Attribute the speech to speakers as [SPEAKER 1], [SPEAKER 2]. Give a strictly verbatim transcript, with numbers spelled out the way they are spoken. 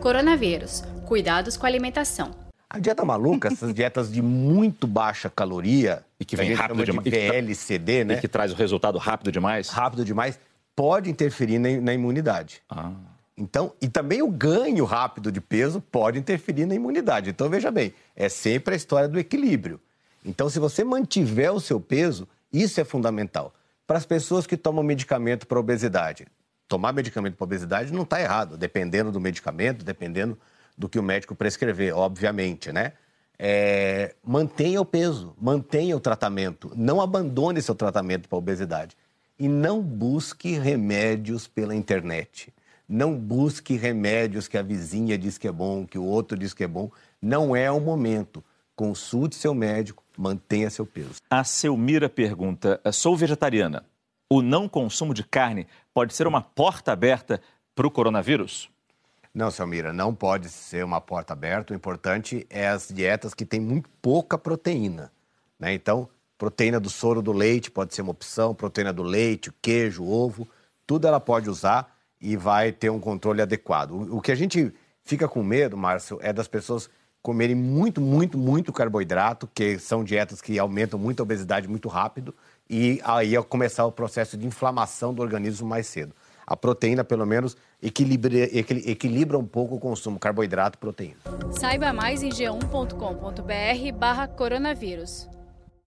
[SPEAKER 1] Coronavírus. Cuidados com a alimentação.
[SPEAKER 2] A dieta maluca, essas dietas de muito baixa caloria,
[SPEAKER 3] e que vem rápido
[SPEAKER 2] de
[SPEAKER 3] demais,
[SPEAKER 2] V L C D, né?
[SPEAKER 3] E que traz o resultado rápido demais.
[SPEAKER 2] Rápido demais, pode interferir na, na imunidade.
[SPEAKER 3] Ah.
[SPEAKER 2] Então, e também o ganho rápido de peso pode interferir na imunidade. Então, veja bem, é sempre a história do equilíbrio. Então, se você mantiver o seu peso, isso é fundamental. Para as pessoas que tomam medicamento para obesidade, tomar medicamento para obesidade não está errado, dependendo do medicamento, dependendo do que o médico prescrever, obviamente, né? É, mantenha o peso, mantenha o tratamento, não abandone seu tratamento para obesidade. E não busque remédios pela internet. Não busque remédios que a vizinha diz que é bom, que o outro diz que é bom. Não é o momento. Consulte seu médico, mantenha seu peso.
[SPEAKER 3] A Selmira pergunta, sou vegetariana. O não consumo de carne pode ser uma porta aberta para o coronavírus?
[SPEAKER 2] Não, Selmira, não pode ser uma porta aberta. O importante é as dietas que têm muito pouca proteína, né? Então, proteína do soro do leite pode ser uma opção, proteína do leite, queijo, ovo, tudo ela pode usar e vai ter um controle adequado. O que a gente fica com medo, Márcio, é das pessoas comerem muito, muito, muito carboidrato, que são dietas que aumentam muito a obesidade muito rápido, e aí começar o processo de inflamação do organismo mais cedo. A proteína, pelo menos, equilibra, equilibra um pouco o consumo carboidrato e proteína.
[SPEAKER 1] Saiba mais em g um ponto com ponto br barra coronavírus.